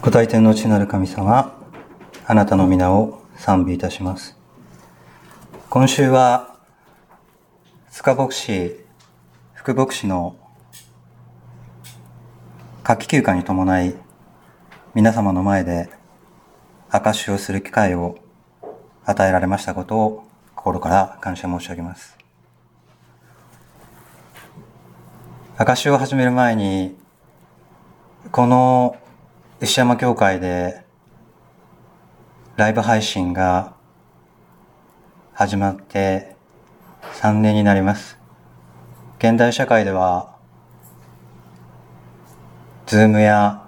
ご大天の父なる神様、あなたの皆を賛美いたします。今週は塚牧師、副牧師の夏季休暇に伴い、皆様の前で証しをする機会を与えられましたことを心から感謝申し上げます。証しを始める前に、この石山教会でライブ配信が始まって3年になります。現代社会ではZoom や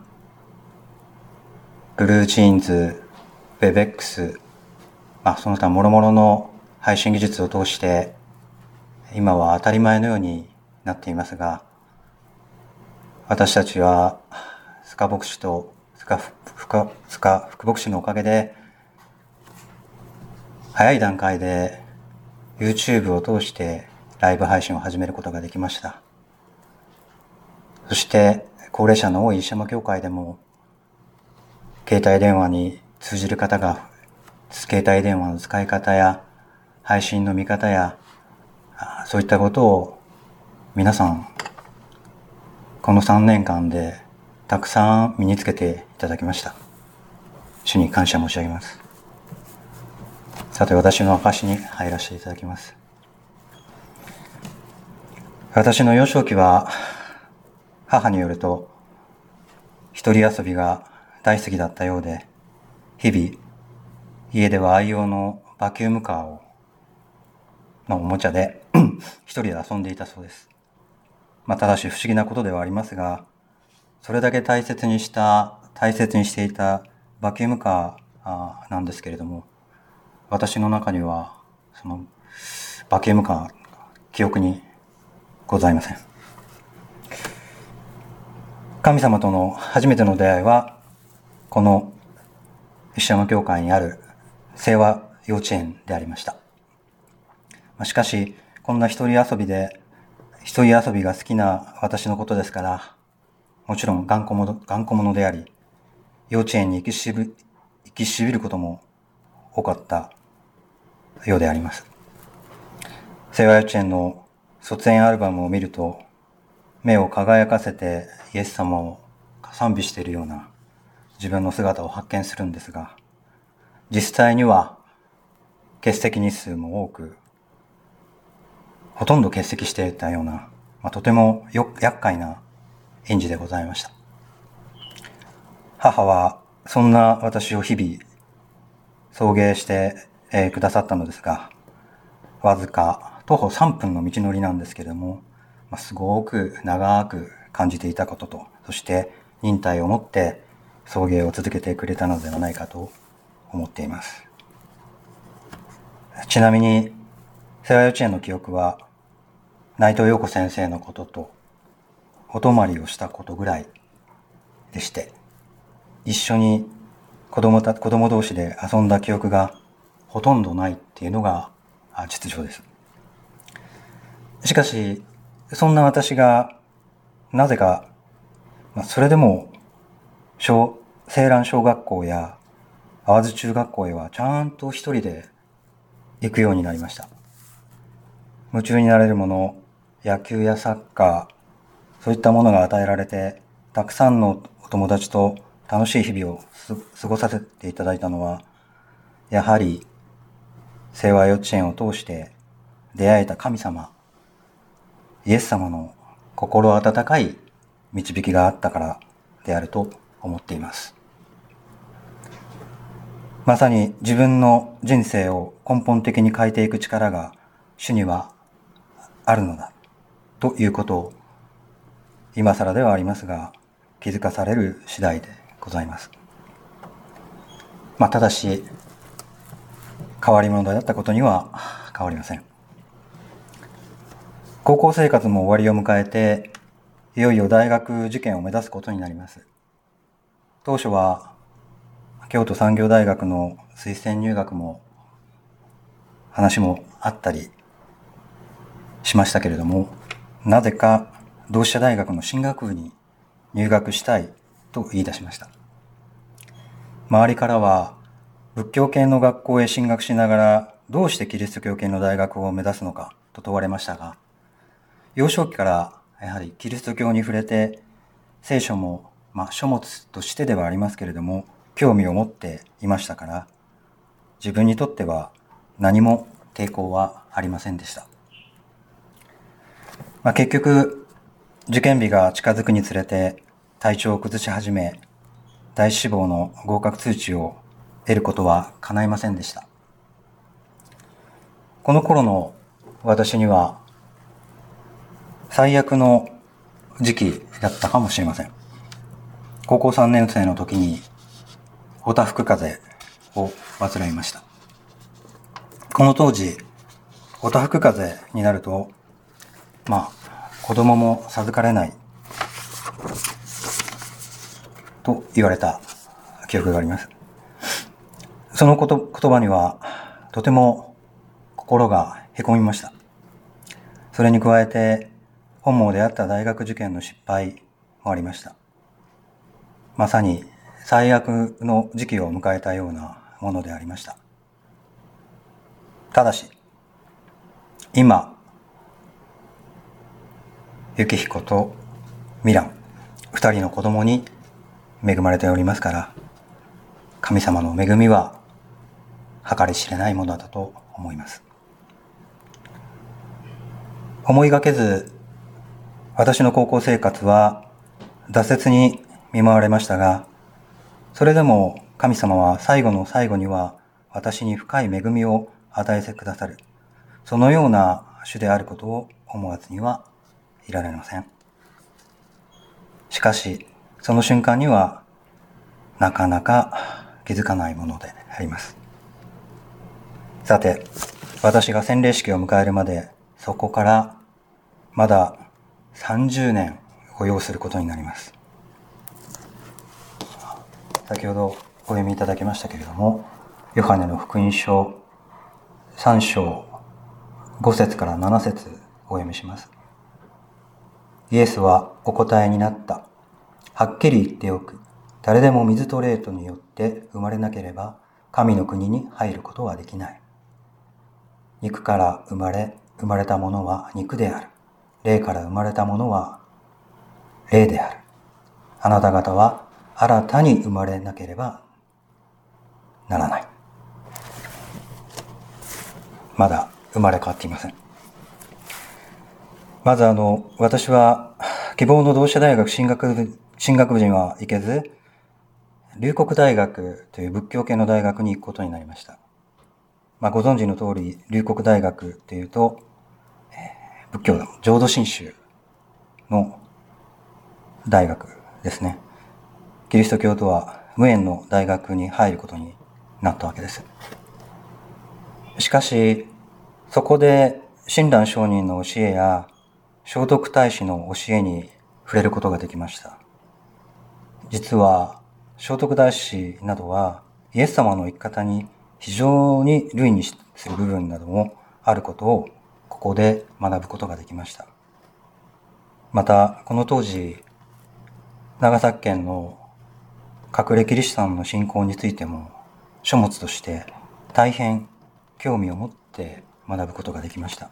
ブルージーンズ、Webex、その他諸々の配信技術を通して今は当たり前のようになっていますが、私たちは塚牧師と塚副牧師のおかげで早い段階で YouTube を通してライブ配信を始めることができました。そして高齢者の多い石山教会でも携帯電話に通じる方が携帯電話の使い方や配信の見方やそういったことを皆さんこの3年間でたくさん身につけていただきました。主に感謝申し上げます。さて、私の証に入らせていただきます。私の幼少期は母によると一人遊びが大好きだったようで、日々家では愛用のバキュームカーのおもちゃで一人で遊んでいたそうです。ただし不思議なことではありますが、それだけ大切にしていたバキュームカーなんですけれども、私の中にはそのバキュームカー記憶にございません。神様との初めての出会いはこの石山教会にある清和幼稚園でありました。しかしこんな一人遊びが好きな私のことですから、もちろん頑固者であり、幼稚園に行きしびることも多かったようであります。清和幼稚園の卒園アルバムを見ると、目を輝かせてイエス様を賛美しているような自分の姿を発見するんですが、実際には欠席日数も多く、ほとんど欠席していたような、とても厄介な園児でございました。母はそんな私を日々送迎してくださったのですが、わずか徒歩3分の道のりなんですけれども、すごく長く感じていたことと、そして忍耐を持って送迎を続けてくれたのではないかと思っています。ちなみに清和幼稚園の記憶は内藤陽子先生のこととお泊まりをしたことぐらいでして、一緒に子供同士で遊んだ記憶がほとんどないっていうのが実情です。しかしそんな私がなぜかそれでも青蘭小学校や淡津中学校へはちゃんと一人で行くようになりました。夢中になれるもの、野球やサッカー、そういったものが与えられて、たくさんのお友達と楽しい日々を過ごさせていただいたのは、やはり清和幼稚園を通して出会えた神様、イエス様の心温かい導きがあったからであると思っています。まさに自分の人生を根本的に変えていく力が主にはあるのだということを今更ではありますが気づかされる次第でございます。ただし変わり者であったことには変わりません。高校生活も終わりを迎えて、いよいよ大学受験を目指すことになります。当初は京都産業大学の推薦入学も話もあったりしましたけれども、なぜか同志社大学の進学部に入学したいと言い出しました。 周りからは仏教系の学校へ進学しながらどうしてキリスト教系の大学を目指すのかと問われましたが、幼少期からやはりキリスト教に触れて、聖書も書物としてではありますけれども興味を持っていましたから、自分にとっては何も抵抗はありませんでした。結局受験日が近づくにつれて体調を崩し始め、第一志望の合格通知を得ることは叶いませんでした。この頃の私には最悪の時期だったかもしれません。高校3年生の時におたふく風邪を患いました。この当時、おたふく風邪になると、子供も授かれないと言われた記憶があります。その言葉にはとても心がへこみました。それに加えて本望であった大学受験の失敗もありました。まさに最悪の時期を迎えたようなものでありました。ただし今、幸彦とミラン2人の子供に恵まれておりますから、神様の恵みは計り知れないものだと思います。思いがけず私の高校生活は挫折に見舞われましたが、それでも神様は最後の最後には私に深い恵みを与えてくださる、そのような主であることを思わずにはいられません。しかしその瞬間にはなかなか気づかないものであります。さて、私が洗礼式を迎えるまで、そこからまだ30年を要することになります。先ほどお読みいただきましたけれども、ヨハネの福音書3章5節から7節お読みします。イエスはお答えになった。はっきり言っておく。誰でも水と霊とによって生まれなければ神の国に入ることはできない。肉から生まれたものは肉である。霊から生まれたものは霊である。あなた方は新たに生まれなければならない。まだ生まれ変わっていません。まず私は希望の同志社大学進学部には行けず、龍谷大学という仏教系の大学に行くことになりました。ご存知の通り、龍谷大学というと、仏教の浄土真宗の大学ですね。キリスト教とは無縁の大学に入ることになったわけです。しかし、そこで親鸞上人の教えや聖徳太子の教えに触れることができました。実は聖徳太子などはイエス様の生き方に非常に類にする部分などもあることをここで学ぶことができました。またこの当時、長崎県の隠れキリシタンの信仰についても書物として大変興味を持って学ぶことができました。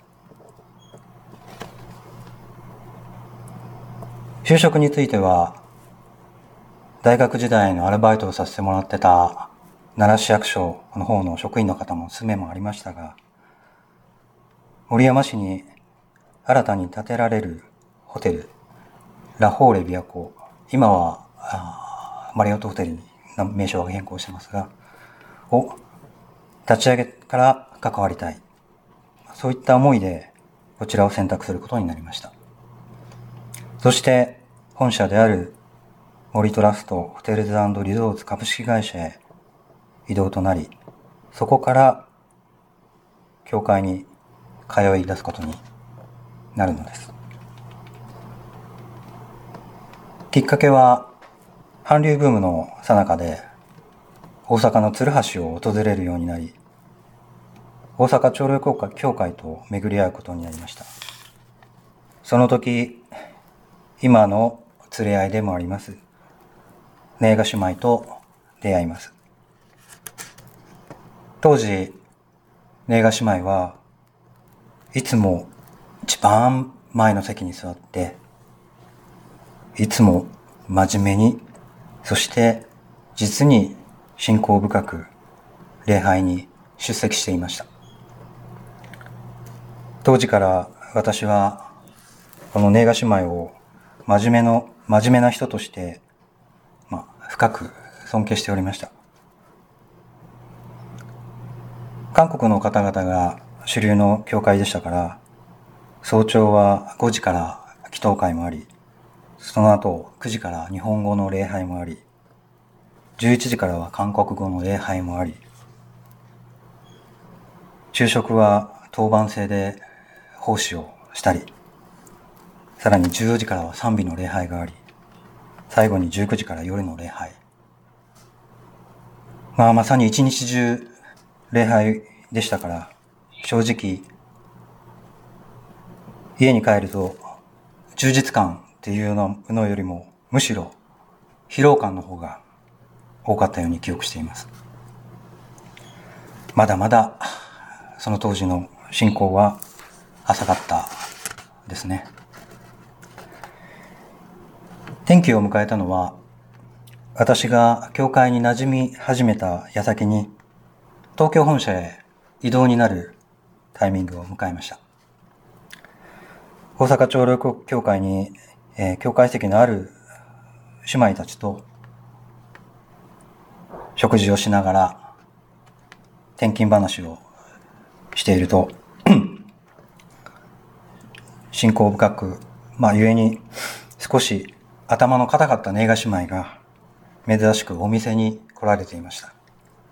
就職については、大学時代のアルバイトをさせてもらってた奈良市役所の方の職員の方も数名もありましたが、森山市に新たに建てられるホテルラフォーレ琵琶湖、今はマリオットホテルに名称が変更してますが、を立ち上げから関わりたい、そういった思いでこちらを選択することになりました。そして本社である森トラストホテルズ&リゾーツ株式会社へ異動となり、そこから教会に通い出すことになるのです。きっかけは韓流ブームの最中で大阪の鶴橋を訪れるようになり、大阪長老教会と巡り合うことになりました。その時、今の連れ合いでもありますネーガ姉妹と出会います。 当時、ネイガ姉妹はいつも一番前の席に座って、いつも真面目に、そして実に信仰深く礼拝に出席していました。当時から私はこのネイガ姉妹を真面目な人として、深く尊敬しておりました。韓国の方々が主流の教会でしたから、早朝は5時から祈祷会もあり、その後9時から日本語の礼拝もあり、11時からは韓国語の礼拝もあり、昼食は当番制で奉仕をしたり、さらに14時からは賛美の礼拝があり、最後に19時から夜の礼拝。まさに一日中礼拝でしたから、正直家に帰ると充実感っていうのよりもむしろ疲労感の方が多かったように記憶しています。まだまだその当時の信仰は浅かったですね。転機を迎えたのは、私が教会に馴染み始めた矢先に東京本社へ異動になるタイミングを迎えました。大阪長老教会に、教会席のある姉妹たちと食事をしながら転勤話をしていると信仰深く、故に少し頭の固かったネイガ姉妹が珍しくお店に来られていました。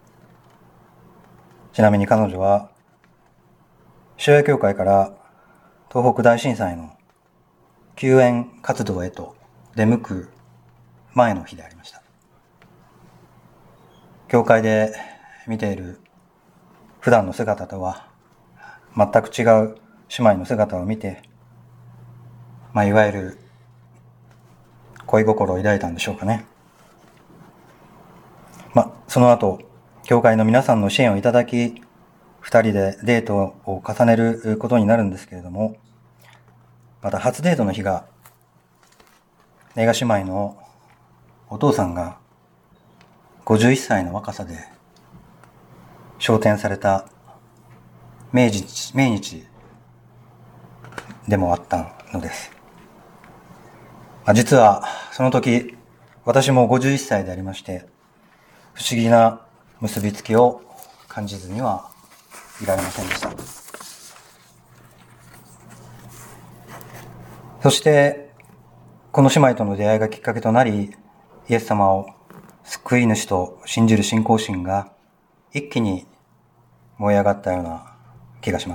ちなみに彼女は昭和教会から東北大震災の救援活動へと出向く前の日でありました。教会で見ている普段の姿とは全く違う姉妹の姿を見て、いわゆる恋心を抱いたんでしょうかね。その後、教会の皆さんの支援をいただき、二人でデートを重ねることになるんですけれども、また初デートの日が、ネイガ姉妹のお父さんが51歳の若さで昇天された命日でもあったのです。実はその時、私も51歳でありまして、不思議な結びつきを感じずにはいられませんでした。そしてこの姉妹との出会いがきっかけとなり、イエス様を救い主と信じる信仰心が一気に燃え上がったような気がします。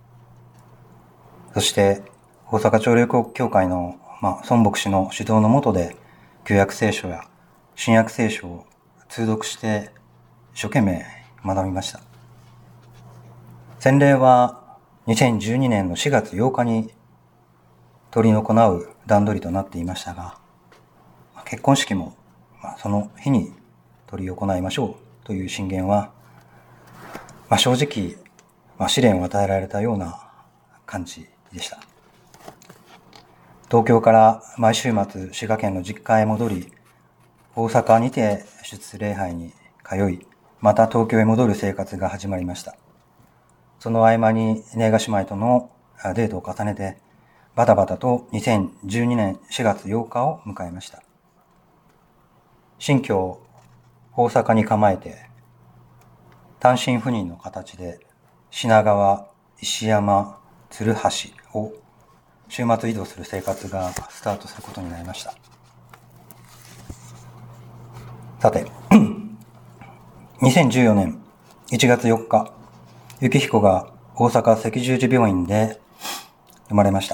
そして大阪長老教会の孫牧師の指導の下で旧約聖書や新約聖書を通読して一生懸命学びました。洗礼は2012年の4月8日に執り行う段取りとなっていましたが、結婚式もその日に執り行いましょうという進言は、正直試練を与えられたような感じでした。東京から毎週末滋賀県の実家へ戻り、大阪にて出礼拝に通い、また東京へ戻る生活が始まりました。その合間にネイガ姉妹とのデートを重ねて、バタバタと2012年4月8日を迎えました。新居を大阪に構えて、単身赴任の形で品川、石山、鶴橋を週末移動する生活がスタートすることになりました。さて、2014年1月4日、幸彦が大阪赤十字病院で生まれました。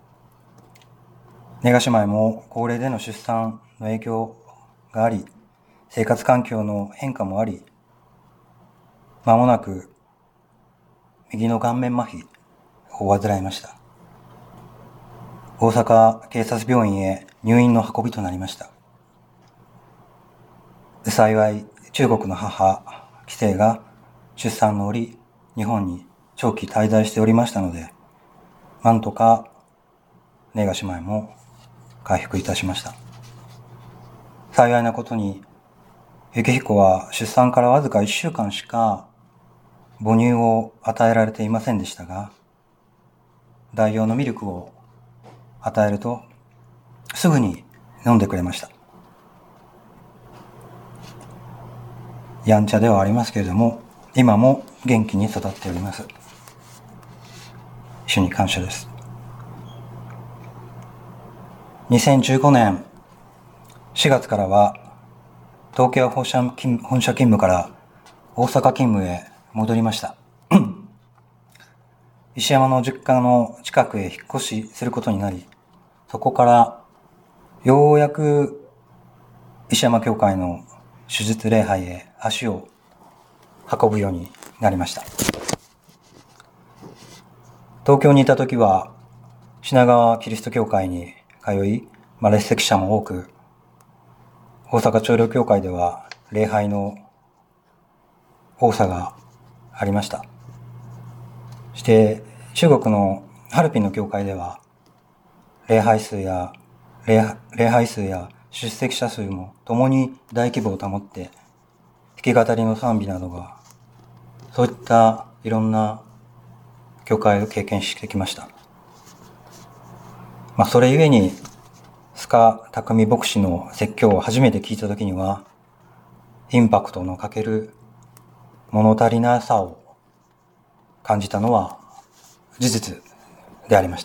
ネガ姉妹も高齢での出産の影響があり、生活環境の変化もあり、間もなく右の顔面麻痺を患いました。大阪警察病院へ入院の運びとなりました。幸い中国の母、紀生が出産の折、日本に長期滞在しておりましたので、なんとかネガ姉妹も回復いたしました。幸いなことに、幸彦は出産からわずか1週間しか母乳を与えられていませんでしたが、代用のミルクを与えるとすぐに飲んでくれました。やんちゃではありますけれども、今も元気に育っております。主に感謝です。2015年4月からは東京本社勤務から大阪勤務へ戻りました。石山の実家の近くへ引っ越しすることになり、そこからようやく石山教会の手術礼拝へ足を運ぶようになりました。東京にいた時は品川キリスト教会に通い、列席者も多く、大阪長老教会では礼拝の多さがありました。そして中国のハルピンの教会では礼拝数や出席者数もともに大規模を保って、弾き語りの賛美などが、そういったいろんな教会を経験してきました。それゆえに須賀匠牧師の説教を初めて聞いたときには、インパクトのかける物足りなさを感じたのは事実でありました。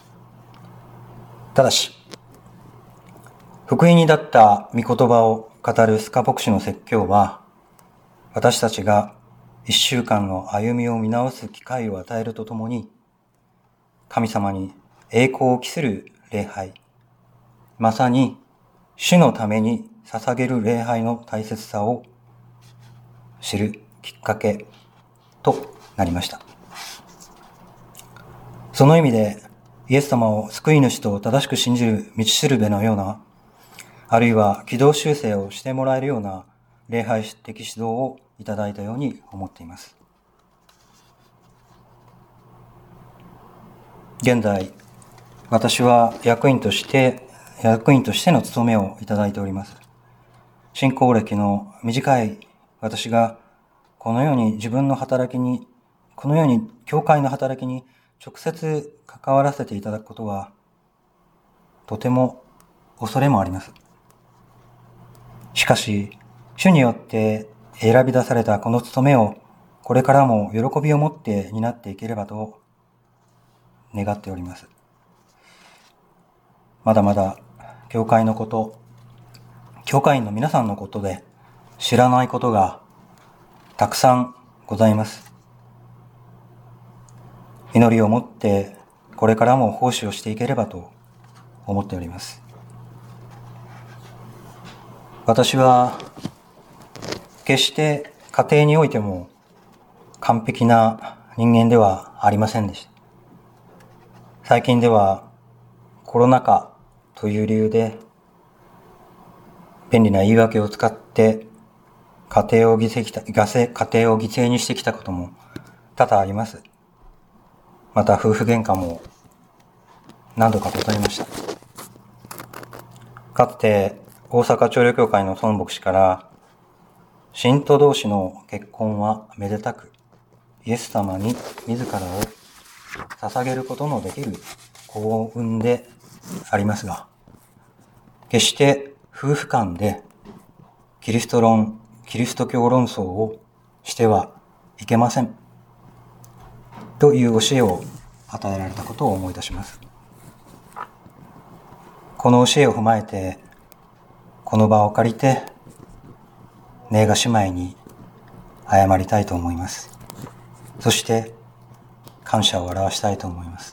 ただし、福音に立った御言葉を語る須賀牧師の説教は、私たちが1週間の歩みを見直す機会を与えるとともに、神様に栄光を期する礼拝、まさに主のために捧げる礼拝の大切さを知るきっかけとなりました。その意味で、イエス様を救い主と正しく信じる道しるべのような、あるいは軌道修正をしてもらえるような礼拝的指導をいただいたように思っています。現在、私は役員としての務めをいただいております。信仰歴の短い私がこのように教会の働きに直接関わらせていただくことは、とても恐れもあります。しかし、主によって選び出されたこの務めをこれからも喜びを持って担っていければと願っております。まだまだ教会のこと、教会員の皆さんのことで知らないことがたくさんございます。祈りを持ってこれからも奉仕をしていければと思っております。私は決して家庭においても完璧な人間ではありませんでした。最近ではコロナ禍という理由で便利な言い訳を使って家庭を犠牲にしてきたことも多々あります。また夫婦喧嘩も何度かございました。かつて大阪長老教会の孫牧師から、信徒同士の結婚はめでたく、イエス様に自らを捧げることのできる幸運でありますが、決して夫婦間でキリスト教論争をしてはいけませんという教えを与えられたことを思い出します。この教えを踏まえて、この場を借りてネーガ姉妹に謝りたいと思います。そして感謝を表したいと思います。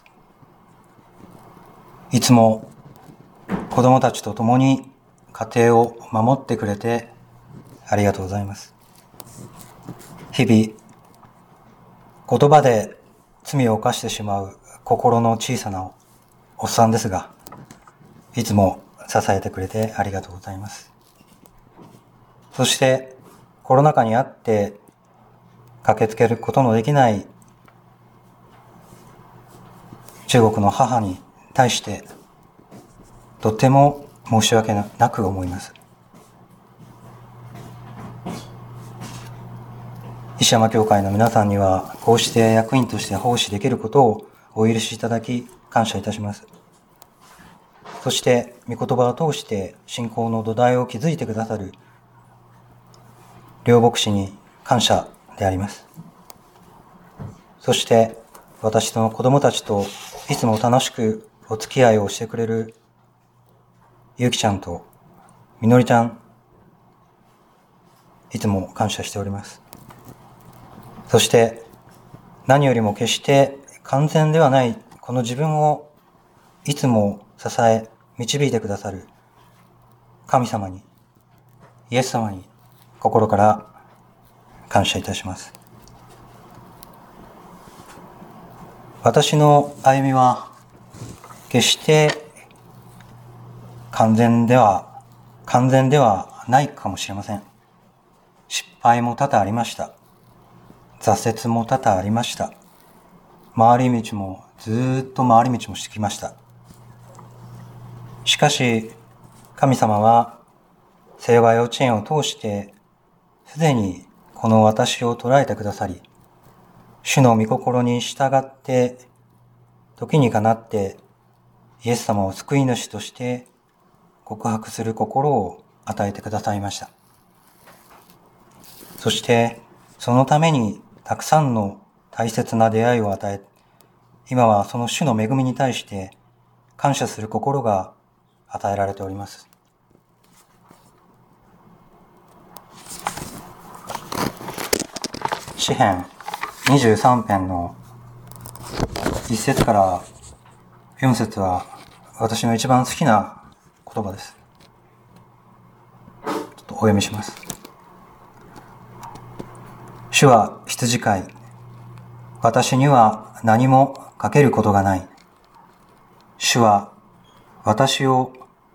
いつも子供たちと共に家庭を守ってくれてありがとうございます。日々言葉で罪を犯してしまう心の小さなおっさんですが、いつも支えてくれてありがとうございます。そしてコロナ禍にあって駆けつけることのできない中国の母に対してとても申し訳なく思います。石山教会の皆さんにはこうして役員として奉仕できることをお許しいただき感謝いたします。そして御言葉を通して信仰の土台を築いてくださる両牧師に感謝であります。そして私の子供たちといつも楽しくお付き合いをしてくれるゆきちゃんとみのりちゃん、いつも感謝しております。そして何よりも決して完全ではないこの自分をいつも支え導いてくださる神様に、イエス様に心から感謝いたします。私の歩みは決して完全ではないかもしれません。失敗も多々ありました。挫折も多々ありました。回り道もずっと回り道もしてきました。しかし神様は聖和幼稚園を通してすでにこの私を捉えてくださり、主の御心に従って時にかなってイエス様を救い主として告白する心を与えてくださいました。そしてそのためにたくさんの大切な出会いを与え、今はその主の恵みに対して感謝する心が与えられております。詩編23編の1節から4節は私の一番好きな言葉です。ちょっとお読みします。主は羊飼い、私には何もかけることがない。主は私を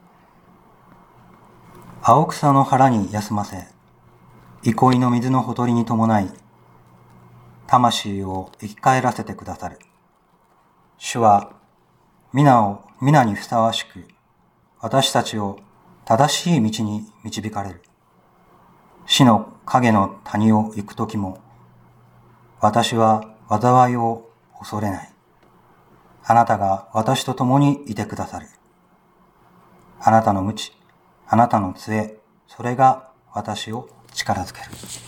青草の腹に休ませ、憩いの水のほとりに伴い、魂を生き返らせてくださる。主は皆にふさわしく、私たちを正しい道に導かれる。死の影の谷を行くときも、私は災いを恐れない。あなたが私と共にいてくださる。あなたの鞭、あなたの杖、それが私を力づける。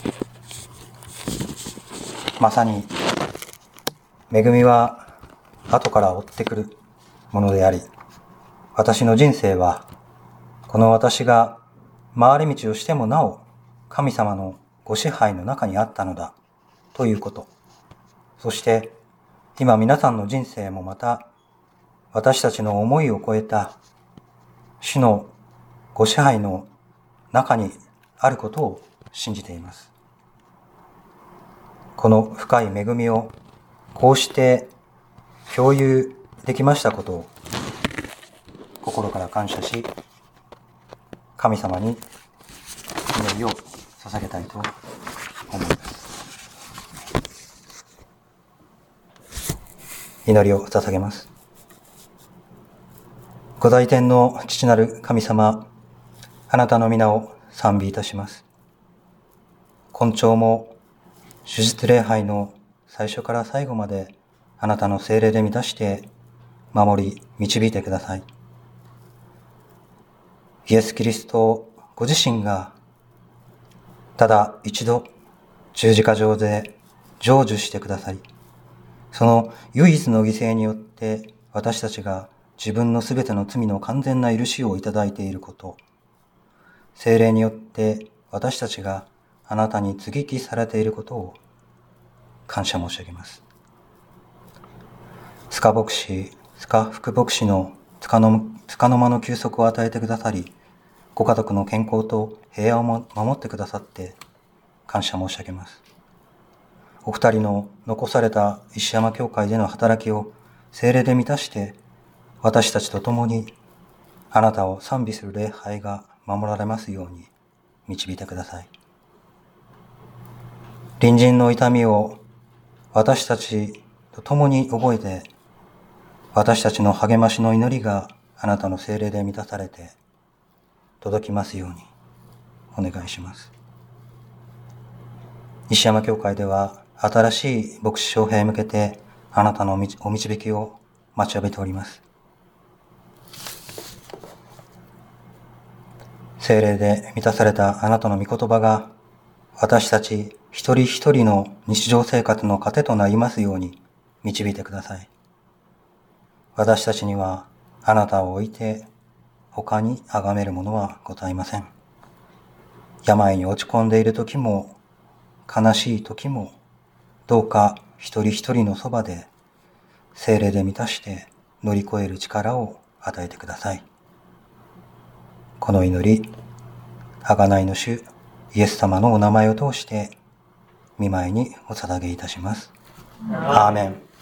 まさに恵みは後から追ってくるものであり、私の人生はこの私が回り道をしてもなお神様のご支配の中にあったのだということ。そして今皆さんの人生もまた私たちの思いを超えた主のご支配の中にあることを信じています。この深い恵みをこうして共有できましたことを心から感謝し、神様に祈りを捧げたいと思います。祈りを捧げます。ご在天の父なる神様、あなたの皆を賛美いたします。今朝も主日礼拝の最初から最後まであなたの聖霊で満たして守り導いてください。イエス・キリストご自身がただ一度十字架上で成就してくださり、その唯一の犠牲によって私たちが自分のすべての罪の完全な許しをいただいていること、聖霊によって私たちがあなたに接ぎ木されていることを感謝申し上げます。須賀牧師、須賀副牧師のつかの間の休息を与えてくださり、ご家族の健康と平安を守ってくださって感謝申し上げます。お二人の残された石山教会での働きを聖霊で満たして、私たちと共にあなたを賛美する礼拝が守られますように導いてください。 隣人の痛みを私たちと共に覚えて、私たちの励ましの祈りがあなたの聖霊で満たされて届きますようにお願いします。西山教会では新しい牧師招聘へ向けてあなたのお導きを待ちわびております。聖霊で満たされたあなたの御言葉が私たち一人一人の日常生活の糧となりますように導いてください。私たちにはあなたを置いて他に崇めるものはございません。病に落ち込んでいる時も悲しい時もどうか一人一人のそばで聖霊で満たして乗り越える力を与えてください。この祈り、贖いの主イエス様のお名前を通して御前にお捧げいたします。アーメン。